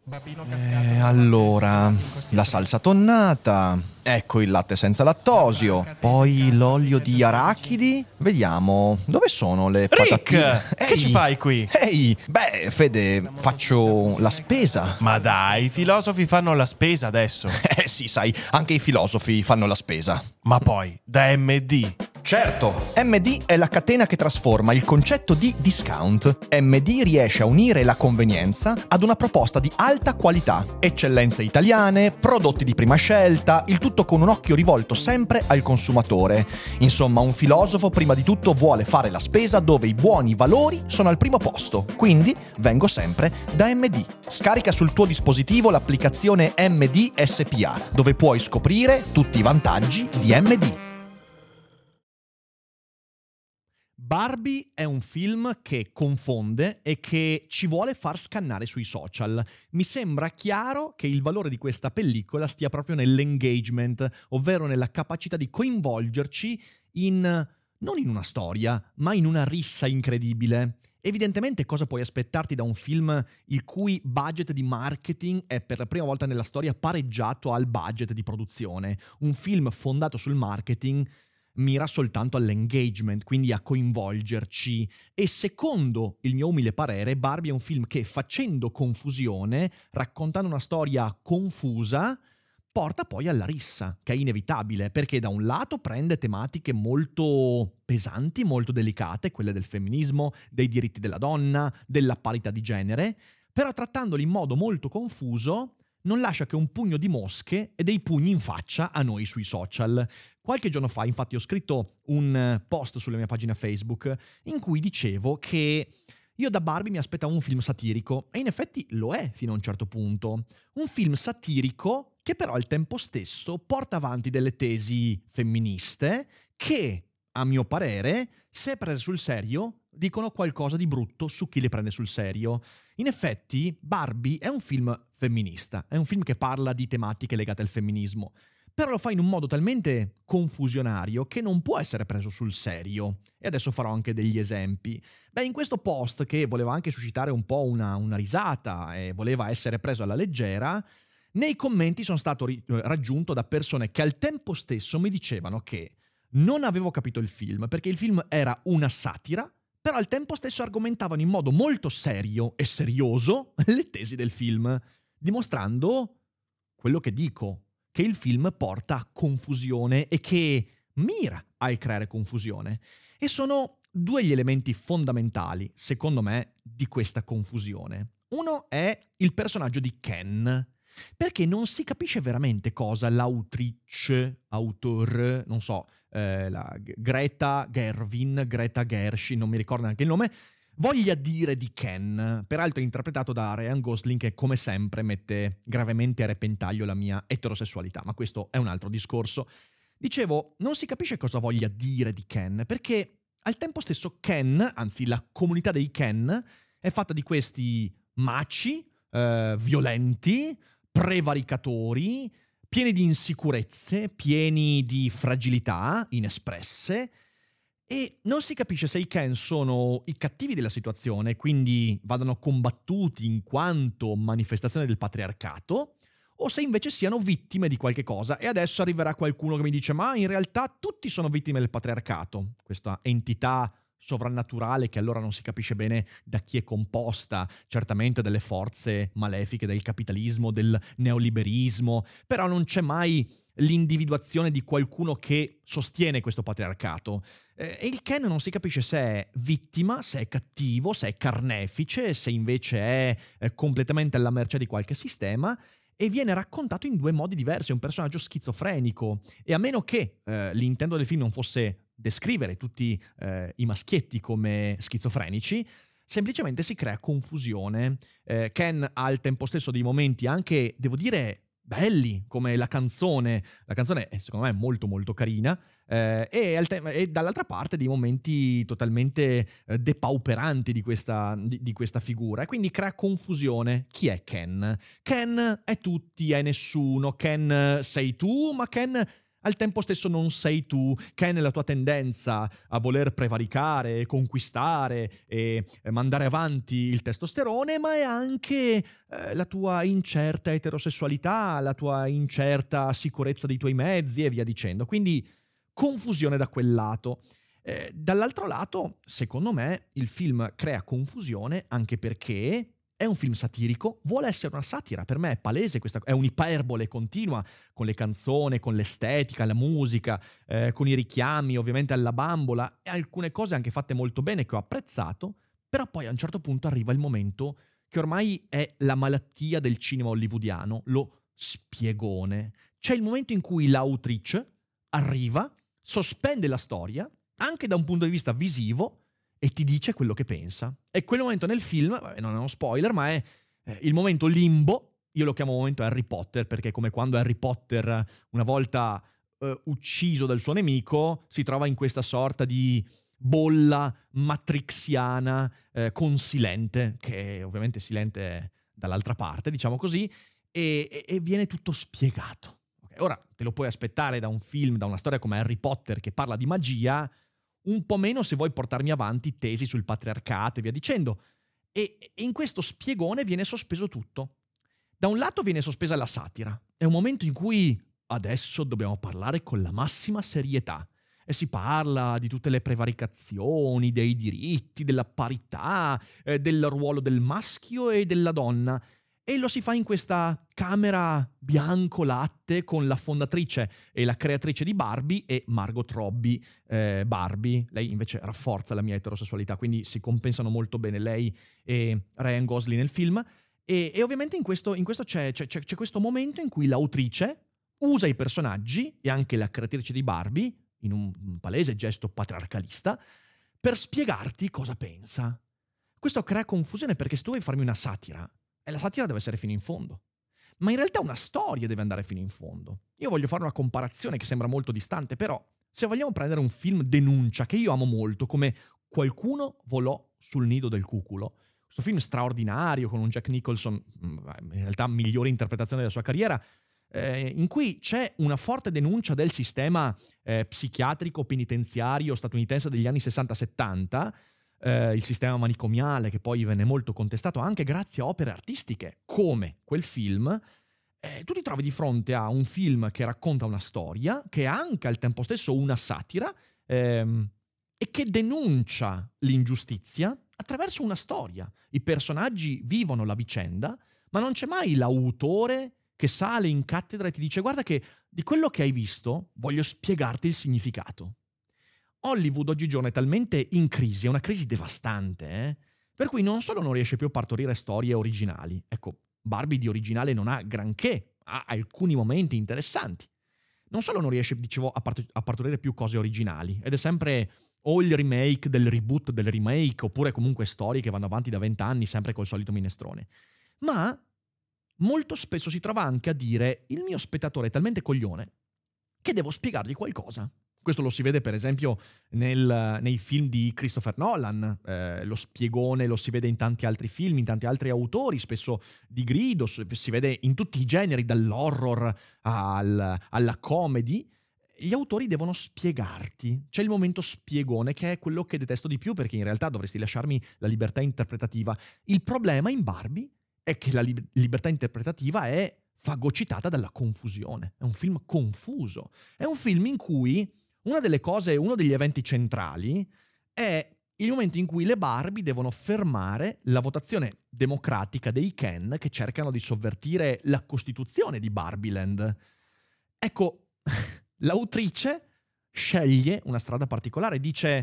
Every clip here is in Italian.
Allora, la salsa tonnata, ecco il latte senza lattosio, poi l'olio di arachidi. Vediamo, dove sono le patatine? Rick, che ci fai qui? Ehi, beh, Fede, faccio la spesa. Ma dai, i filosofi fanno la spesa adesso. Sì, sai, anche i filosofi fanno la spesa. Ma poi, da MD. Certo, MD è la catena che trasforma il concetto di discount. MD riesce a unire la convenienza ad una proposta di alta qualità, eccellenze italiane, prodotti di prima scelta, il tutto con un occhio rivolto sempre al consumatore. Insomma, un filosofo prima di tutto vuole fare la spesa dove i buoni valori sono al primo posto. Quindi vengo sempre da MD. Scarica sul tuo dispositivo l'applicazione MD SPA, dove puoi scoprire tutti i vantaggi di MD. Barbie è un film che confonde e che ci vuole far scannare sui social. Mi sembra chiaro che il valore di questa pellicola stia proprio nell'engagement, ovvero nella capacità di coinvolgerci non in una storia, ma in una rissa incredibile. Evidentemente cosa puoi aspettarti da un film il cui budget di marketing è per la prima volta nella storia pareggiato al budget di produzione? Un film fondato sul marketing mira soltanto all'engagement, quindi a coinvolgerci. E secondo il mio umile parere, Barbie è un film che, facendo confusione, raccontando una storia confusa, porta poi alla rissa, che è inevitabile, perché da un lato prende tematiche molto pesanti, molto delicate, quelle del femminismo, dei diritti della donna, della parità di genere, però trattandoli in modo molto confuso non lascia che un pugno di mosche e dei pugni in faccia a noi sui social. Qualche giorno fa, infatti, ho scritto un post sulla mia pagina Facebook in cui dicevo che io da Barbie mi aspettavo un film satirico, e in effetti lo è fino a un certo punto. Un film satirico che però al tempo stesso porta avanti delle tesi femministe che, a mio parere, se prese sul serio, dicono qualcosa di brutto su chi le prende sul serio. In effetti, Barbie è un film femminista, è un film che parla di tematiche legate al femminismo, però lo fa in un modo talmente confusionario che non può essere preso sul serio. E adesso farò anche degli esempi. Beh, in questo post, che voleva anche suscitare un po' una risata e voleva essere preso alla leggera, nei commenti sono stato raggiunto da persone che al tempo stesso mi dicevano che non avevo capito il film, perché il film era una satira, però al tempo stesso argomentavano in modo molto serio e serioso le tesi del film, dimostrando quello che dico, che il film porta a confusione e che mira a creare confusione. E sono due gli elementi fondamentali, secondo me, di questa confusione. Uno è il personaggio di Ken, perché non si capisce veramente cosa l'autrice, autor, non so, la Greta Gershwin, non mi ricordo neanche il nome, voglia dire di Ken, peraltro interpretato da Ryan Gosling, che come sempre mette gravemente a repentaglio la mia eterosessualità, ma questo è un altro discorso. Dicevo, non si capisce cosa voglia dire di Ken, perché al tempo stesso Ken, anzi la comunità dei Ken, è fatta di questi maci, violenti, prevaricatori, pieni di insicurezze, pieni di fragilità inespresse, e non si capisce se i Ken sono i cattivi della situazione, quindi vadano combattuti in quanto manifestazione del patriarcato, o se invece siano vittime di qualche cosa. E adesso arriverà qualcuno che mi dice: ma in realtà tutti sono vittime del patriarcato, questa entità sovrannaturale che allora non si capisce bene da chi è composta, certamente delle forze malefiche del capitalismo, del neoliberismo, però non c'è mai l'individuazione di qualcuno che sostiene questo patriarcato. E il Ken non si capisce se è vittima, se è cattivo, se è carnefice, se invece è completamente alla mercé di qualche sistema, e viene raccontato in due modi diversi. È un personaggio schizofrenico, e a meno che l'intento del film non fosse descrivere tutti i maschietti come schizofrenici, semplicemente si crea confusione. Ken ha al tempo stesso dei momenti anche, devo dire, belli, come la canzone. La canzone è, secondo me, molto molto carina, e dall'altra parte dei momenti totalmente depauperanti di questa figura, e quindi crea confusione. Chi è Ken? Ken è tutti, è nessuno. Ken sei tu, ma Ken Al tempo stesso non sei tu, che è nella tua tendenza a voler prevaricare, conquistare e mandare avanti il testosterone, ma è anche la tua incerta eterosessualità, la tua incerta sicurezza dei tuoi mezzi e via dicendo. Quindi confusione da quel lato. Dall'altro lato, secondo me, il film crea confusione anche perché è un film satirico, vuole essere una satira, per me è palese, questa è un'iperbole continua con le canzoni, con l'estetica, la musica, con i richiami ovviamente alla bambola e alcune cose anche fatte molto bene che ho apprezzato, però poi a un certo punto arriva il momento che ormai è la malattia del cinema hollywoodiano, lo spiegone. C'è il momento in cui l'autrice arriva, sospende la storia, anche da un punto di vista visivo, e ti dice quello che pensa. E quel momento nel film, non è uno spoiler, ma è il momento limbo. Io lo chiamo momento Harry Potter, perché è come quando Harry Potter, una volta ucciso dal suo nemico, si trova in questa sorta di bolla matrixiana con Silente, che ovviamente Silente è dall'altra parte, diciamo così, e viene tutto spiegato. Okay, ora, te lo puoi aspettare da un film, da una storia come Harry Potter che parla di magia, un po' meno se vuoi portarmi avanti tesi sul patriarcato e via dicendo. E in questo spiegone viene sospeso tutto. Da un lato viene sospesa la satira. È un momento in cui adesso dobbiamo parlare con la massima serietà. E si parla di tutte le prevaricazioni, dei diritti, della parità, del ruolo del maschio e della donna. E lo si fa in questa camera bianco latte con la fondatrice e la creatrice di Barbie e Margot Robbie, Barbie. Lei invece rafforza la mia eterosessualità, quindi si compensano molto bene lei e Ryan Gosling nel film. E ovviamente in questo c'è questo momento in cui l'autrice usa i personaggi e anche la creatrice di Barbie, in un palese gesto patriarcalista, per spiegarti cosa pensa. Questo crea confusione perché se tu vuoi farmi una satira, e la satira deve essere fino in fondo. Ma in realtà una storia deve andare fino in fondo. Io voglio fare una comparazione che sembra molto distante, però se vogliamo prendere un film denuncia, che io amo molto, come Qualcuno volò sul nido del cuculo, questo film straordinario con un Jack Nicholson, in realtà migliore interpretazione della sua carriera, in cui c'è una forte denuncia del sistema psichiatrico penitenziario statunitense degli anni 60-70, il sistema manicomiale che poi venne molto contestato anche grazie a opere artistiche come quel film. Tu ti trovi di fronte a un film che racconta una storia, che è anche al tempo stesso una satira e che denuncia l'ingiustizia attraverso una storia. I personaggi vivono la vicenda, ma non c'è mai l'autore che sale in cattedra e ti dice: guarda che di quello che hai visto voglio spiegarti il significato. Hollywood oggigiorno è talmente in crisi, è una crisi devastante, per cui non solo non riesce più a partorire storie originali. Ecco, Barbie di originale non ha granché, ha alcuni momenti interessanti. Non solo non riesce, dicevo, a partorire più cose originali, ed è sempre o il remake del reboot del remake, oppure comunque storie che vanno avanti da 20 anni, sempre col solito minestrone. Ma molto spesso si trova anche a dire: il mio spettatore è talmente coglione che devo spiegargli qualcosa. Questo lo si vede per esempio nei film di Christopher Nolan, lo spiegone lo si vede in tanti altri film, in tanti altri autori, spesso di grido, si vede in tutti i generi, dall'horror alla comedy. Gli autori devono spiegarti, c'è il momento spiegone che è quello che detesto di più, perché in realtà dovresti lasciarmi la libertà interpretativa. Il problema in Barbie è che la libertà interpretativa è fagocitata dalla confusione, è un film confuso, è un film in cui una delle cose, uno degli eventi centrali è il momento in cui le Barbie devono fermare la votazione democratica dei Ken che cercano di sovvertire la costituzione di Barbieland. Ecco, l'autrice sceglie una strada particolare, dice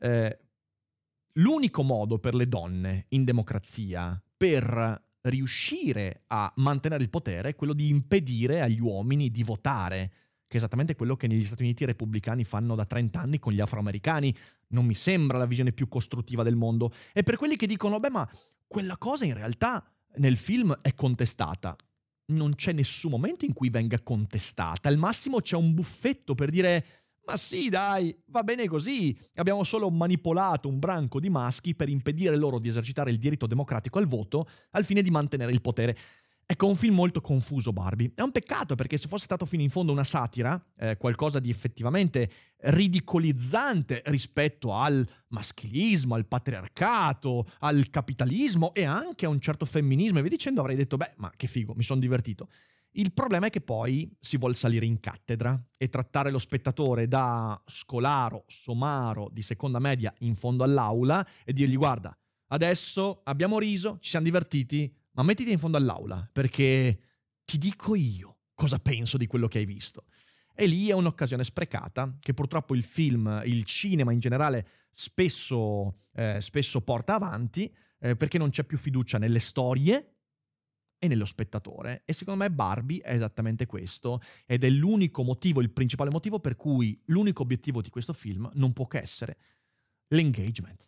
l'unico modo per le donne in democrazia per riuscire a mantenere il potere è quello di impedire agli uomini di votare, che è esattamente quello che negli Stati Uniti i repubblicani fanno da 30 anni con gli afroamericani. Non mi sembra la visione più costruttiva del mondo. E per quelli che dicono: beh, ma quella cosa in realtà nel film è contestata. Non c'è nessun momento in cui venga contestata. Al massimo c'è un buffetto per dire: ma sì, dai, va bene così. Abbiamo solo manipolato un branco di maschi per impedire loro di esercitare il diritto democratico al voto al fine di mantenere il potere. Ecco, un film molto confuso, Barbie. È un peccato, perché se fosse stato fino in fondo una satira, qualcosa di effettivamente ridicolizzante rispetto al maschilismo, al patriarcato, al capitalismo e anche a un certo femminismo, e via dicendo, avrei detto, beh, ma che figo, mi sono divertito. Il problema è che poi si vuol salire in cattedra e trattare lo spettatore da scolaro, somaro, di seconda media in fondo all'aula e dirgli, guarda, adesso abbiamo riso, ci siamo divertiti, ma mettiti in fondo all'aula, perché ti dico io cosa penso di quello che hai visto. E lì è un'occasione sprecata che purtroppo il film, il cinema in generale, spesso porta avanti, perché non c'è più fiducia nelle storie e nello spettatore. E secondo me Barbie è esattamente questo, ed è l'unico motivo, il principale motivo per cui l'unico obiettivo di questo film non può che essere l'engagement.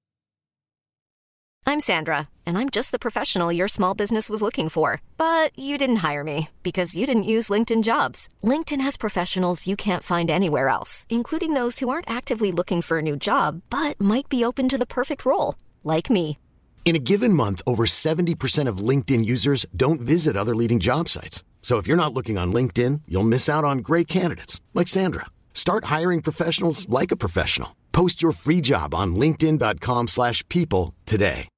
I'm Sandra, and I'm just the professional your small business was looking for. But you didn't hire me because you didn't use LinkedIn Jobs. LinkedIn has professionals you can't find anywhere else, including those who aren't actively looking for a new job, but might be open to the perfect role, like me. In a given month, over 70% of LinkedIn users don't visit other leading job sites. So if you're not looking on LinkedIn, you'll miss out on great candidates like Sandra. Start hiring professionals like a professional. Post your free job on linkedin.com/people today.